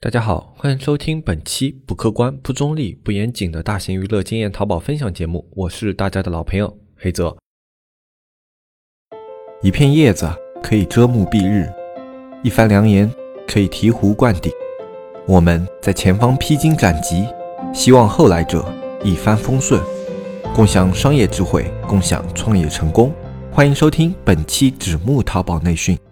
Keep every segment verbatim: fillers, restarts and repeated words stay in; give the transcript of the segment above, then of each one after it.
大家好，欢迎收听本期不客观、不中立、不严谨的大型娱乐经验淘宝分享节目，我是大家的老朋友黑泽。一片叶子可以遮目蔽日，一番良言可以醍醐灌顶。我们在前方披荆斩棘，希望后来者一帆风顺，共享商业智慧，共享创业成功。欢迎收听本期纸木淘宝内训。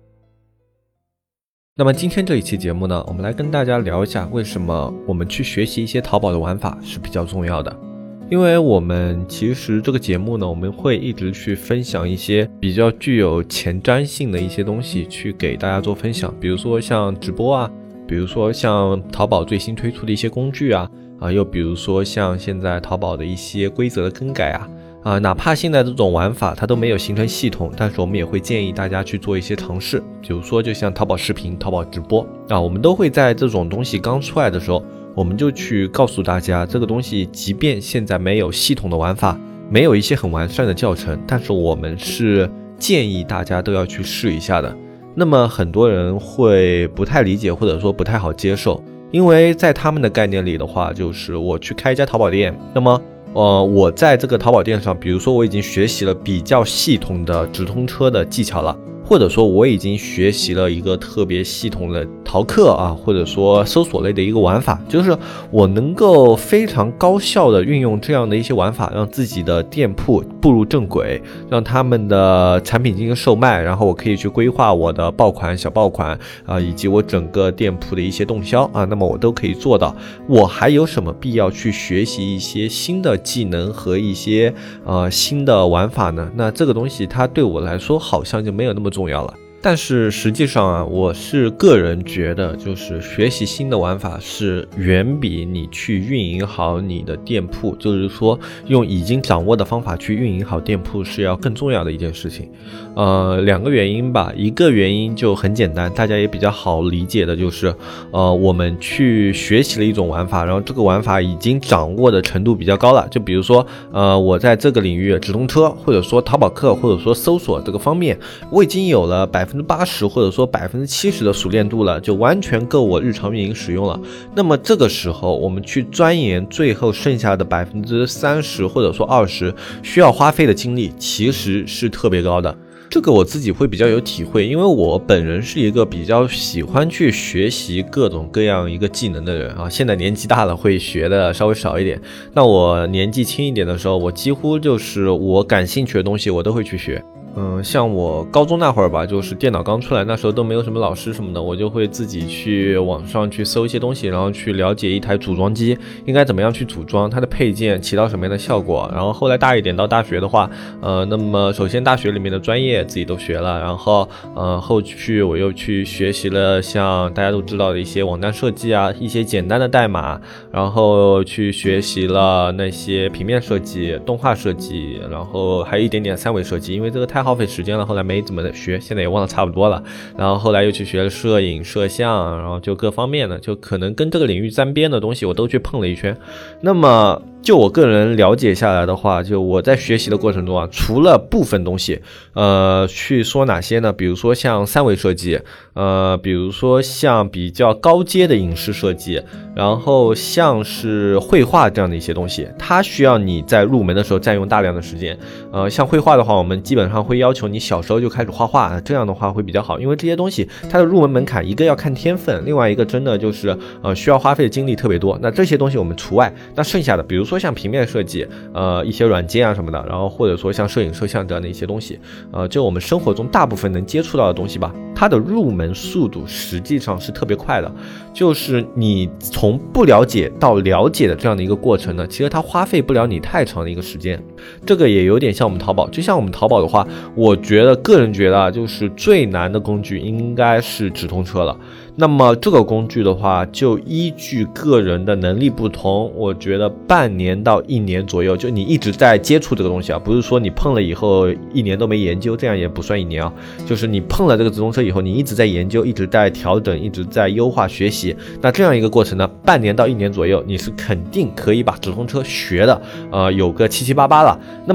那么今天这一期节目呢，我们来跟大家聊一下为什么我们去学习一些淘宝的玩法是比较重要的。因为我们其实这个节目呢，我们会一直去分享一些比较具有前瞻性的一些东西去给大家做分享，比如说像直播啊，比如说像淘宝最新推出的一些工具啊，啊，又比如说像现在淘宝的一些规则的更改啊。啊，哪怕现在这种玩法它都没有形成系统，但是我们也会建议大家去做一些尝试，比如说就像淘宝视频、淘宝直播啊，我们都会在这种东西刚出来的时候，我们就去告诉大家，这个东西即便现在没有系统的玩法，没有一些很完善的教程，但是我们是建议大家都要去试一下的。那么很多人会不太理解，或者说不太好接受，因为在他们的概念里的话，就是我去开一家淘宝店，那么呃，我在这个淘宝店上，比如说我已经学习了比较系统的直通车的技巧了，或者说我已经学习了一个特别系统的淘客啊，或者说搜索类的一个玩法，就是我能够非常高效的运用这样的一些玩法，让自己的店铺步入正轨，让他们的产品进行售卖，然后我可以去规划我的爆款、小爆款啊，以及我整个店铺的一些动销啊，那么我都可以做到。我还有什么必要去学习一些新的技能和一些呃新的玩法呢？那这个东西它对我来说好像就没有那么重要了。但是实际上啊，我是个人觉得，就是学习新的玩法是远比你去运营好你的店铺，就是说用已经掌握的方法去运营好店铺是要更重要的一件事情。呃，两个原因吧，一个原因就很简单，大家也比较好理解的，就是呃，我们去学习了一种玩法，然后这个玩法已经掌握的程度比较高了。就比如说，呃，我在这个领域直通车，或者说淘宝客，或者说搜索这个方面，我已经有了百分之八十或者说百分之七十的熟练度了，就完全够我日常运营使用了。那么这个时候，我们去钻研最后剩下的百分之三十或者说二十需要花费的精力，其实是特别高的。这个我自己会比较有体会，因为我本人是一个比较喜欢去学习各种各样一个技能的人啊。现在年纪大了，会学的稍微少一点。那我年纪轻一点的时候，我几乎就是我感兴趣的东西，我都会去学。嗯，像我高中那会儿吧，就是电脑刚出来，那时候都没有什么老师什么的，我就会自己去网上去搜一些东西，然后去了解一台组装机应该怎么样去组装，它的配件起到什么样的效果。然后后来大一点到大学的话，呃，那么首先大学里面的专业自己都学了，然后呃后续我又去学习了像大家都知道的一些网站设计啊，一些简单的代码，然后去学习了那些平面设计、动画设计，然后还有一点点三维设计，因为这个太耗费时间了，后来没怎么学，现在也忘了差不多了。然后后来又去学了摄影、摄像，然后就各方面的，就可能跟这个领域沾边的东西我都去碰了一圈。那么就我个人了解下来的话，就我在学习的过程中啊，除了部分东西，呃，去说哪些呢？比如说像三维设计，呃，比如说像比较高阶的影视设计，然后像是绘画这样的一些东西，它需要你在入门的时候占用大量的时间。呃，像绘画的话，我们基本上会要求你小时候就开始画画，这样的话会比较好，因为这些东西它的入门门槛，一个要看天分，另外一个真的就是呃需要花费的精力特别多。那这些东西我们除外，那剩下的，比如说像平面设计，呃，一些软件啊什么的，然后或者说像摄影、摄像这样的一些东西，呃，就我们生活中大部分能接触到的东西吧，它的入门速度实际上是特别快的。就是你从不了解到了解的这样的一个过程呢，其实它花费不了你太长的一个时间。这个也有点像我们淘宝，就像我们淘宝的话，我觉得个人觉得啊，就是最难的工具应该是直通车了。那么这个工具的话，就依据个人的能力不同，我觉得半年到一年左右，就你一直在接触这个东西啊，不是说你碰了以后一年都没研究，这样也不算一年啊，就是你碰了这个直通车以后，你一直在研究，一直在调整，一直在优化学习，那这样一个过程呢，半年到一年左右，你是肯定可以把直通车学的，呃，有个七七八八了。那么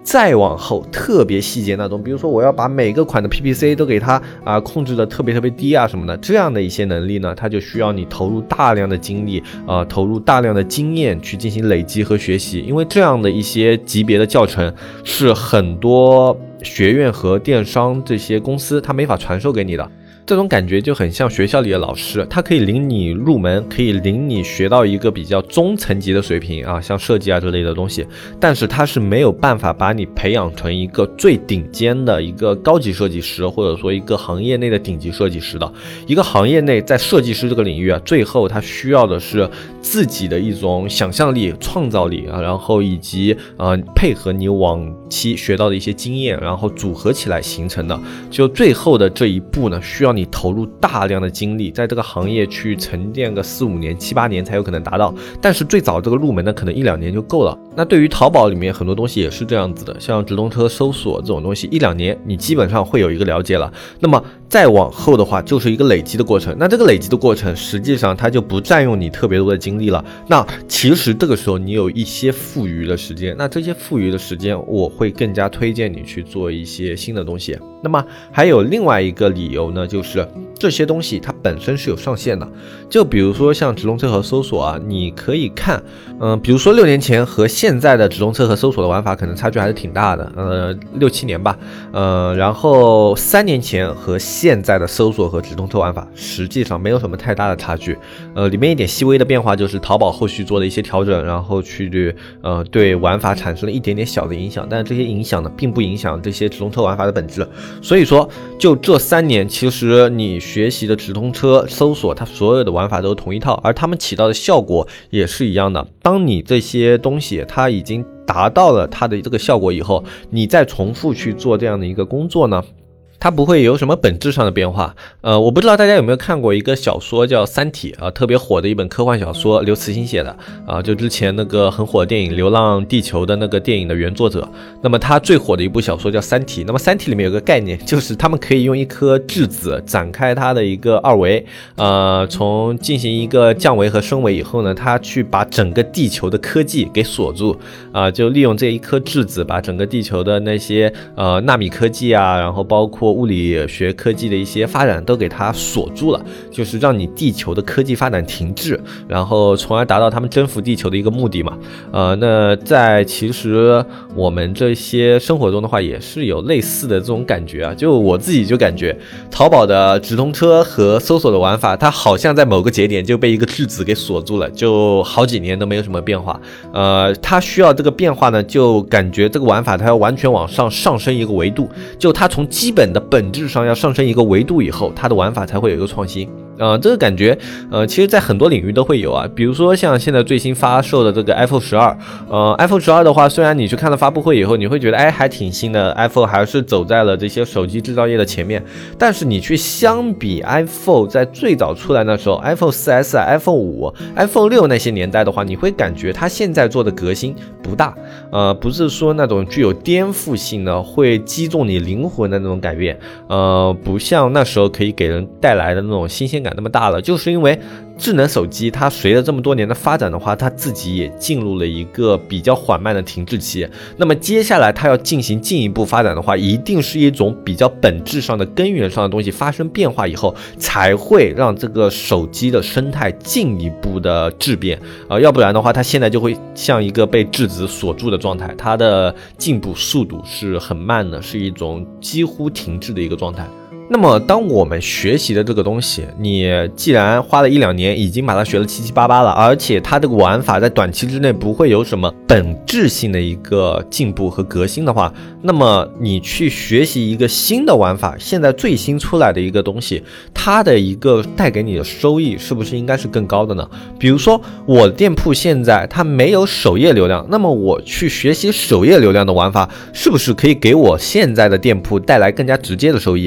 再往后特别细节那种，比如说我要把每个款的 P P C 都给它啊控制的特别特别低啊什么的，这样的一些能力呢，它就需要你投入大量的精力啊、呃，投入大量的经验去进行累积和学习，因为这样的一些级别的教程是很多学院和电商这些公司它没法传授给你的。这种感觉就很像学校里的老师，他可以领你入门，可以领你学到一个比较中层级的水平啊，像设计啊之类的东西，但是他是没有办法把你培养成一个最顶尖的一个高级设计师，或者说一个行业内的顶级设计师的。一个行业内在设计师这个领域啊，最后他需要的是自己的一种想象力、创造力啊，然后以及呃配合你往期学到的一些经验，然后组合起来形成的。就最后的这一步呢，需要你投入大量的精力，在这个行业去沉淀个四五年、七八年才有可能达到。但是最早这个入门呢，可能一两年就够了。那对于淘宝里面很多东西也是这样子的，像直通车搜索这种东西，一两年你基本上会有一个了解了。那么再往后的话，就是一个累积的过程。那这个累积的过程，实际上它就不占用你特别多的精力了。那其实这个时候你有一些富余的时间，那这些富余的时间，我会更加推荐你去做一些新的东西。那么还有另外一个理由呢，就是这些东西它本身是有上限的。就比如说像直通车和搜索啊，你可以看，嗯、呃，比如说六年前和现在的直通车和搜索的玩法可能差距还是挺大的，呃，六七年吧，呃，然后三年前和现在的搜索和直通车玩法实际上没有什么太大的差距，呃，里面一点细微的变化就是淘宝后续做的一些调整，然后去呃对玩法产生了一点点小的影响，但是这些影响呢，并不影响这些直通车玩法的本质。所以说，就这三年，其实你学习的直通车、搜索，它所有的玩法都是同一套，而它们起到的效果也是一样的。当你这些东西它已经达到了它的这个效果以后，你再重复去做这样的一个工作呢，它不会有什么本质上的变化。呃，我不知道大家有没有看过一个小说叫《三体》啊，特别火的一本科幻小说，刘慈欣写的啊，就之前那个很火的电影《流浪地球》的那个电影的原作者。那么他最火的一部小说叫《三体》。那么《三体》里面有个概念，就是他们可以用一颗质子展开它的一个二维，呃，从进行一个降维和升维以后呢，它去把整个地球的科技给锁住啊、呃，就利用这一颗质子把整个地球的那些呃纳米科技啊，然后包括物理学科技的一些发展都给它锁住了，就是让你地球的科技发展停滞，然后从而达到他们征服地球的一个目的嘛。呃，那在其实我们这些生活中的话，也是有类似的这种感觉啊。就我自己就感觉，淘宝的直通车和搜索的玩法，它好像在某个节点就被一个质子给锁住了，就好几年都没有什么变化。呃，它需要这个变化呢，就感觉这个玩法它要完全往上上升一个维度，就它从基本的本质上要上升一个维度以后，它的玩法才会有一个创新。呃，这个感觉，呃，其实在很多领域都会有啊。比如说像现在最新发售的这个 iPhone 十二，呃 ，iPhone 十二的话，虽然你去看了发布会以后，你会觉得，哎，还挺新的 ，iPhone 还是走在了这些手机制造业的前面。但是你去相比 iPhone 在最早出来那时候 ，iPhone 四 S、iPhone 五、iPhone 六那些年代的话，你会感觉它现在做的革新不大，呃，不是说那种具有颠覆性的、会击中你灵魂的那种改变，呃，不像那时候可以给人带来的那种新鲜感那么大了，就是因为智能手机它随着这么多年的发展的话，它自己也进入了一个比较缓慢的停滞期。那么接下来它要进行进一步发展的话，一定是一种比较本质上的根源上的东西发生变化以后，才会让这个手机的生态进一步的质变啊、呃，要不然的话，它现在就会像一个被质子锁住的状态，它的进步速度是很慢的，是一种几乎停滞的一个状态。那么当我们学习的这个东西，你既然花了一两年已经把它学了七七八八了，而且它这个玩法在短期之内不会有什么本质性的一个进步和革新的话，那么你去学习一个新的玩法，现在最新出来的一个东西，它的一个带给你的收益是不是应该是更高的呢？比如说我店铺现在它没有首页流量，那么我去学习首页流量的玩法，是不是可以给我现在的店铺带来更加直接的收益？呃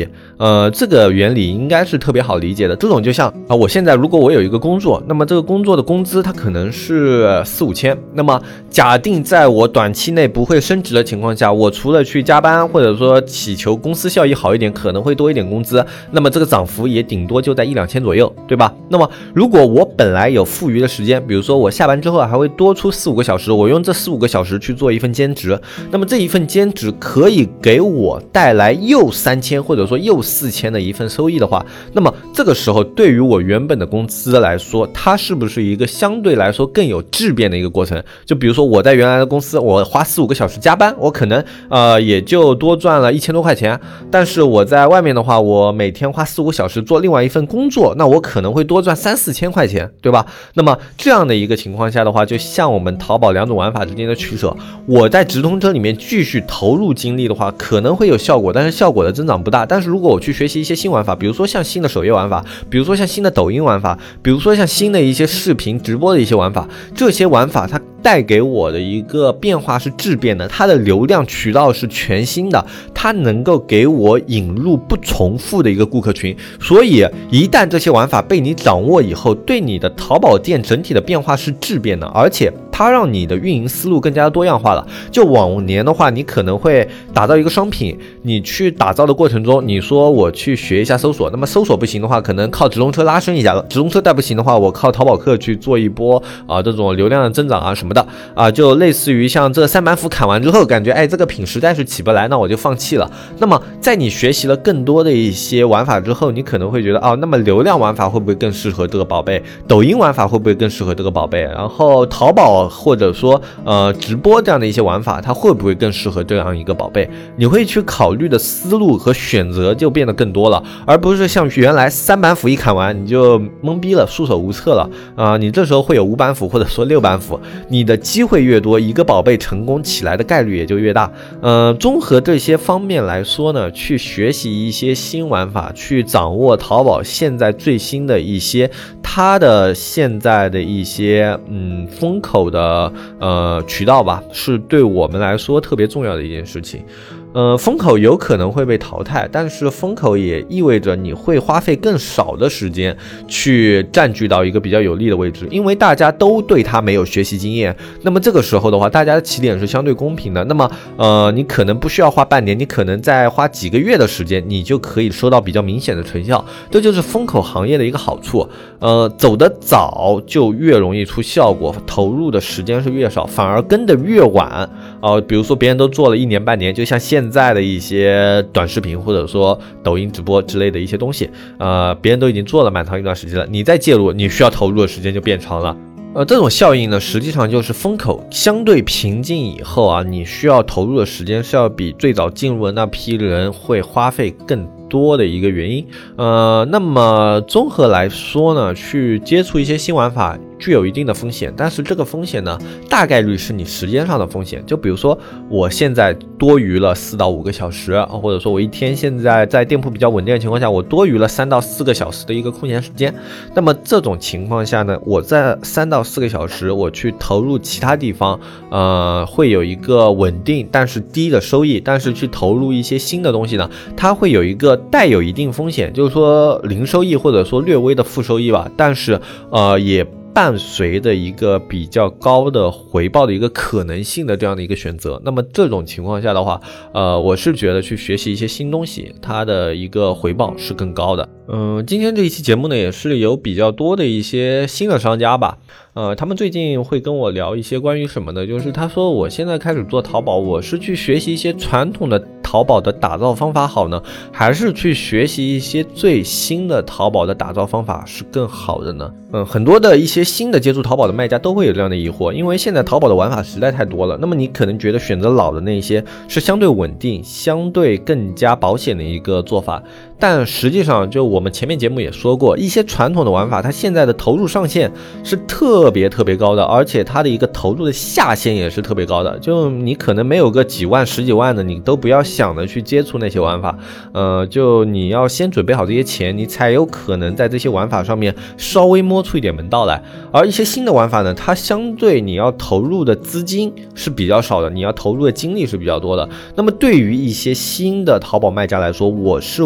呃，这个原理应该是特别好理解的。这种就像啊、呃，我现在如果我有一个工作，那么这个工作的工资它可能是四五千，那么假定在我短期内不会升职的情况下，我除了去加班或者说祈求公司效益好一点，可能会多一点工资，那么这个涨幅也顶多就在一两千左右，对吧？那么如果我本来有富余的时间，比如说我下班之后还会多出四五个小时，我用这四五个小时去做一份兼职，那么这一份兼职可以给我带来又三千或者说又四千的一份收益的话，那么这个时候对于我原本的工资来说，它是不是一个相对来说更有质变的一个过程？就比如说我在原来的公司，我花四五个小时加班，我可能呃也就多赚了一千多块钱，但是我在外面的话，我每天花四五个小时做另外一份工作，那我可能会多赚三四千块钱，对吧？那么这样的一个情况下的话，就像我们淘宝两种玩法之间的取舍，我在直通车里面继续投入精力的话，可能会有效果，但是效果的增长不大。但是如果我去学习一些新玩法，比如说像新的首页玩法，比如说像新的抖音玩法，比如说像新的一些视频直播的一些玩法，这些玩法它带给我的一个变化是质变的，它的流量渠道是全新的，它能够给我引入不重复的一个顾客群。所以一旦这些玩法被你掌握以后，对你的淘宝店整体的变化是质变的，而且它让你的运营思路更加多样化了。就往年的话，你可能会打造一个商品，你去打造的过程中，你说我去学一下搜索，那么搜索不行的话，可能靠直通车拉升一下了，直通车带不行的话，我靠淘宝客去做一波啊、呃、这种流量的增长啊什么的啊、呃，就类似于像这三板斧砍完之后，感觉哎这个品实在是起不来，那我就放弃了。那么在你学习了更多的一些玩法之后，你可能会觉得哦，那么流量玩法会不会更适合这个宝贝？抖音玩法会不会更适合这个宝贝？然后淘宝或者说呃直播这样的一些玩法，它会不会更适合这样一个宝贝？你会去考虑的思路和选择就变得更多了，而不是像原来三板斧一砍完你就懵逼了，束手无策了啊、呃！你这时候会有五板斧或者说六板斧，你的机会越多，一个宝贝成功起来的概率也就越大。呃，综合这些方面来说呢，去学习一些新玩法，去掌握淘宝现在最新的一些它的现在的一些嗯风口的呃渠道吧，是对我们来说特别重要的一件事情。呃，风口有可能会被淘汰，但是风口也意味着你会花费更少的时间去占据到一个比较有利的位置，因为大家都对它没有学习经验。那么这个时候的话，大家的起点是相对公平的。那么，呃，你可能不需要花半年，你可能在花几个月的时间，你就可以收到比较明显的成效。这就是风口行业的一个好处。呃，走得早就越容易出效果，投入的时间是越少，反而跟得越晚，呃，比如说别人都做了一年半年，就像现现在的一些短视频或者说抖音直播之类的一些东西，呃，别人都已经做了蛮长一段时间了，你再介入，你需要投入的时间就变长了。呃，这种效应呢，实际上就是风口相对平静以后啊，你需要投入的时间是要比最早进入的那批人会花费更多的一个原因。呃，那么综合来说呢，去接触一些新玩法具有一定的风险，但是这个风险呢，大概率是你时间上的风险。就比如说我现在多余了四到五个小时，或者说我一天现在在店铺比较稳定的情况下，我多余了三到四个小时的一个空闲时间。那么这种情况下呢，我在三到四个小时我去投入其他地方，呃，会有一个稳定但是低的收益，但是去投入一些新的东西呢，它会有一个带有一定风险，就是说零收益或者说略微的负收益吧，但是呃也伴随着一个比较高的回报的一个可能性的这样的一个选择。那么这种情况下的话，呃，我是觉得去学习一些新东西，它的一个回报是更高的。嗯、呃，今天这一期节目呢，也是有比较多的一些新的商家吧，呃，他们最近会跟我聊一些关于什么呢？就是他说我现在开始做淘宝，我是去学习一些传统的淘宝的打造方法好呢，还是去学习一些最新的淘宝的打造方法是更好的呢？嗯，很多的一些新的接触淘宝的卖家都会有这样的疑惑，因为现在淘宝的玩法实在太多了。那么你可能觉得选择老的那些是相对稳定、相对更加保险的一个做法，但实际上就我们前面节目也说过，一些传统的玩法它现在的投入上限是特别特别高的，而且它的一个投入的下限也是特别高的。就你可能没有个几万十几万的，你都不要想着去接触那些玩法，呃，就你要先准备好这些钱，你才有可能在这些玩法上面稍微摸出一点门道来。而一些新的玩法呢，它相对你要投入的资金是比较少的，你要投入的精力是比较多的。那么对于一些新的淘宝卖家来说，我是会更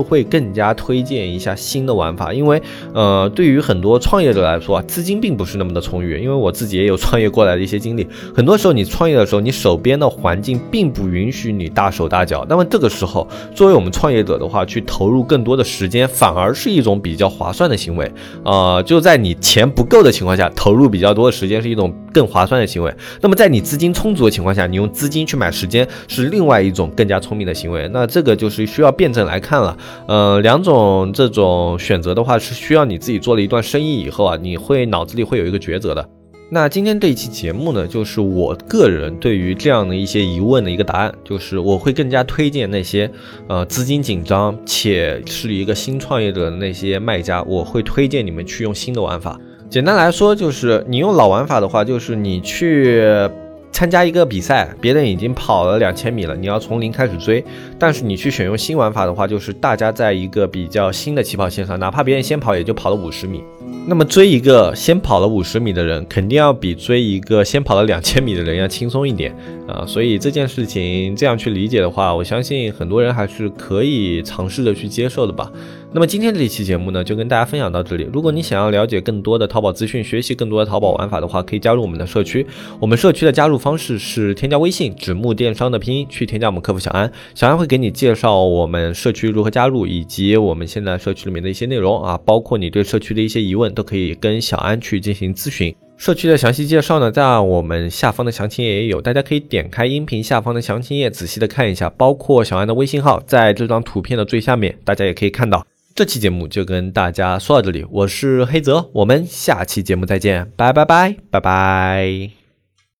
更加推荐一下新的玩法，因为呃，对于很多创业者来说啊，资金并不是那么的充裕，因为我自己也有创业过来的一些经历，很多时候你创业的时候，你手边的环境并不允许你大手大脚，那么这个时候作为我们创业者的话，去投入更多的时间反而是一种比较划算的行为，呃，就在你钱不够的情况下，投入比较多的时间是一种更划算的行为，那么在你资金充足的情况下，你用资金去买时间是另外一种更加聪明的行为，那这个就是需要辩证来看了，呃，两种这种选择的话是需要你自己做了一段生意以后啊，你会脑子里会有一个抉择的。那今天这一期节目呢，就是我个人对于这样的一些疑问的一个答案，就是我会更加推荐那些呃资金紧张且是一个新创业者的那些卖家，我会推荐你们去用新的玩法。简单来说，就是你用老玩法的话，就是你去参加一个比赛，别人已经跑了两千米了，你要从零开始追，但是你去选用新玩法的话，就是大家在一个比较新的起跑线上，哪怕别人先跑也就跑了五十米，那么追一个先跑了五十米的人肯定要比追一个先跑了两千米的人要轻松一点啊、呃，所以这件事情这样去理解的话，我相信很多人还是可以尝试着去接受的吧。那么今天这一期节目呢，就跟大家分享到这里。如果你想要了解更多的淘宝资讯，学习更多的淘宝玩法的话，可以加入我们的社区。我们社区的加入方式是添加微信纸木电商的拼音，去添加我们客服小安，小安会给你介绍我们社区如何加入，以及我们现在社区里面的一些内容啊，包括你对社区的一些疑问，都可以跟小安去进行咨询。社区的详细介绍呢，在我们下方的详情页也有，大家可以点开音频下方的详情页仔细的看一下，包括小安的微信号在这张图片的最下面，大家也可以看到。这期节目就跟大家说到这里，我是黑泽，我们下期节目再见，拜拜拜拜拜。